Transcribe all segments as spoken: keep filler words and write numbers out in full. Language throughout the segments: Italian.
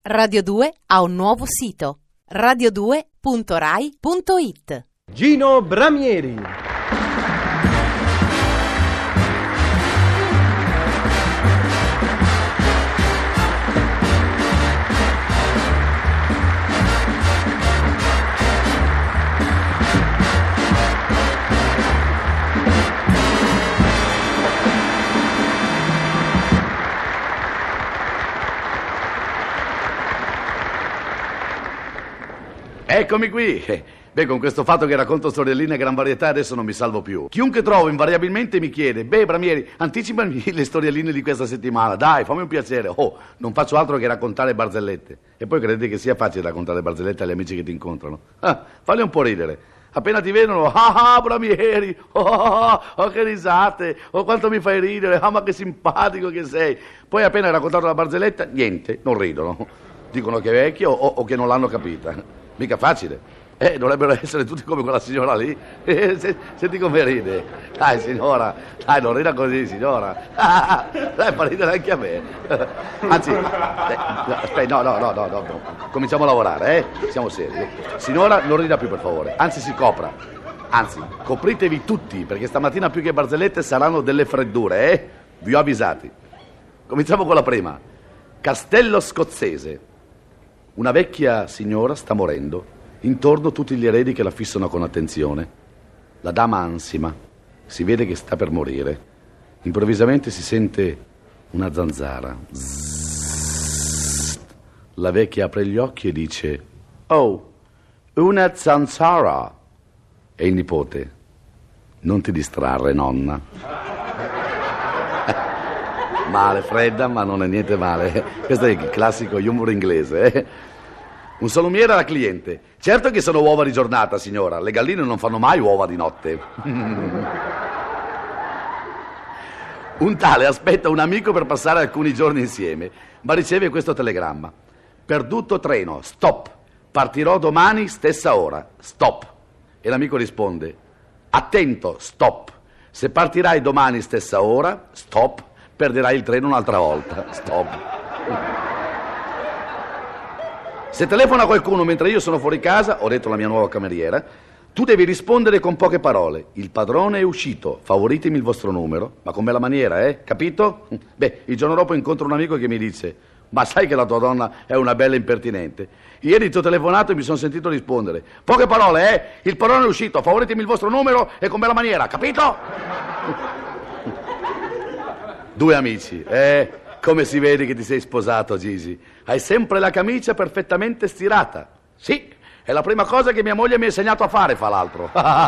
Radio due ha un nuovo sito, radio due punto rai punto it. Gino Bramieri. Eccomi qui. Beh, con questo fatto che racconto storielline e gran varietà adesso non mi salvo più. Chiunque trovo invariabilmente mi chiede: beh, Bramieri, anticipami le storielline di questa settimana. Dai, fammi un piacere. Oh, non faccio altro che raccontare barzellette. E poi credete che sia facile raccontare barzellette agli amici che ti incontrano? Ah, falli un po' ridere. Appena ti vedono, ah, ah, Bramieri, oh, oh, oh, che risate, oh, quanto mi fai ridere, ah, ma che simpatico che sei. Poi appena hai raccontato la barzelletta, niente, non ridono. Dicono che è vecchio o, o che non l'hanno capita. Mica facile. Eh, dovrebbero essere tutti come quella signora lì. Eh, se, senti come ride. Dai, signora, dai, non rida così, signora. Ah, dai, fa ridere anche a me. Anzi, eh, aspetta, no, no, no, no, no, no. Cominciamo a lavorare, eh? Siamo seri. Signora, non rida più, per favore. Anzi, si copra. Anzi, copritevi tutti, perché stamattina più che barzellette saranno delle freddure, eh? Vi ho avvisati. Cominciamo con la prima. Castello scozzese. Una vecchia signora sta morendo, intorno tutti gli eredi che la fissano con attenzione. La dama ansima, si vede che sta per morire. Improvvisamente si sente una zanzara. Zzz. La vecchia apre gli occhi e dice: oh, una zanzara. E il nipote: non ti distrarre, nonna. Male, fredda, ma non è niente male. Questo è il classico humor inglese, eh? Un salumiere alla cliente: certo che sono uova di giornata, signora. Le galline non fanno mai uova di notte. Un tale aspetta un amico per passare alcuni giorni insieme, ma riceve questo telegramma: perduto treno, stop. Partirò domani stessa ora, stop. E l'amico risponde: attento, stop. Se partirai domani stessa ora, stop, perderai il treno un'altra volta, stop. Se telefona qualcuno mentre io sono fuori casa, ho detto la mia nuova cameriera, tu devi rispondere con poche parole: il padrone è uscito, favoritemi il vostro numero, ma con bella maniera, eh? Capito? Beh, il giorno dopo incontro un amico che mi dice: ma sai che la tua donna è una bella impertinente? Ieri ti ho telefonato e mi sono sentito rispondere: poche parole, eh? Il padrone è uscito, favoritemi il vostro numero e con bella maniera, capito? Due amici, eh? Come si vede che ti sei sposato, Gigi? Hai sempre la camicia perfettamente stirata. Sì, è la prima cosa che mia moglie mi ha insegnato a fare, fa l'altro.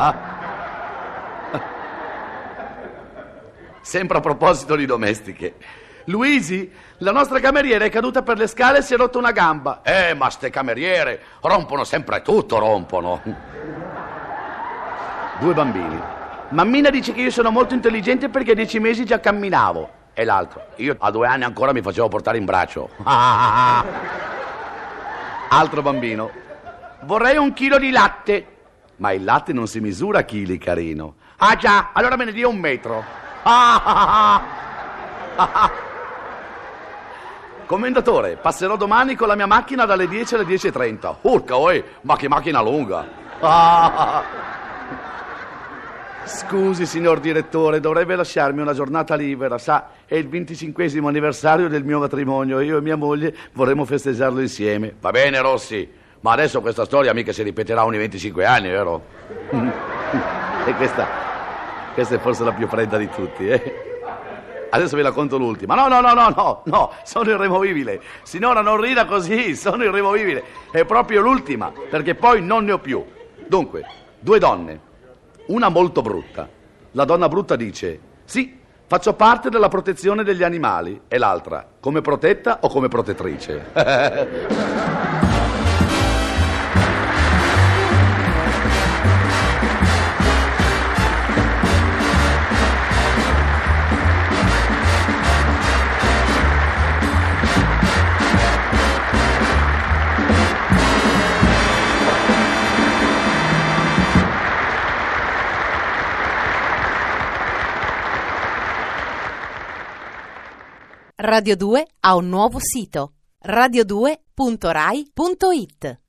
Sempre a proposito di domestiche. Luigi, la nostra cameriera è caduta per le scale e si è rotta una gamba. Eh, ma ste cameriere rompono sempre tutto, rompono. Due bambini. Mammina dice che io sono molto intelligente perché a dieci mesi già camminavo. E l'altro: io a due anni ancora mi facevo portare in braccio. Altro bambino: vorrei un chilo di latte. Ma il latte non si misura a chili, carino. Ah già, allora me ne dia un metro. Commendatore, passerò domani con la mia macchina dalle dieci alle dieci e trenta. Urca, oi, ma che macchina lunga. Scusi, signor direttore, dovrebbe lasciarmi una giornata libera. Sa, è il venticinquesimo anniversario del mio matrimonio. Io e mia moglie vorremmo festeggiarlo insieme. Va bene, Rossi, ma adesso questa storia mica si ripeterà ogni venticinque anni, vero? E questa, questa è forse la più fredda di tutti, eh? Adesso vi racconto l'ultima. No, no, no, no, no, no, sono irremovibile. Signora, non rida così, sono irremovibile. È proprio l'ultima, perché poi non ne ho più. Dunque, due donne. Una molto brutta. La donna brutta dice: sì, faccio parte della protezione degli animali. E l'altra: come protetta o come protettrice? Radio due ha un nuovo sito, radio due punto rai punto it.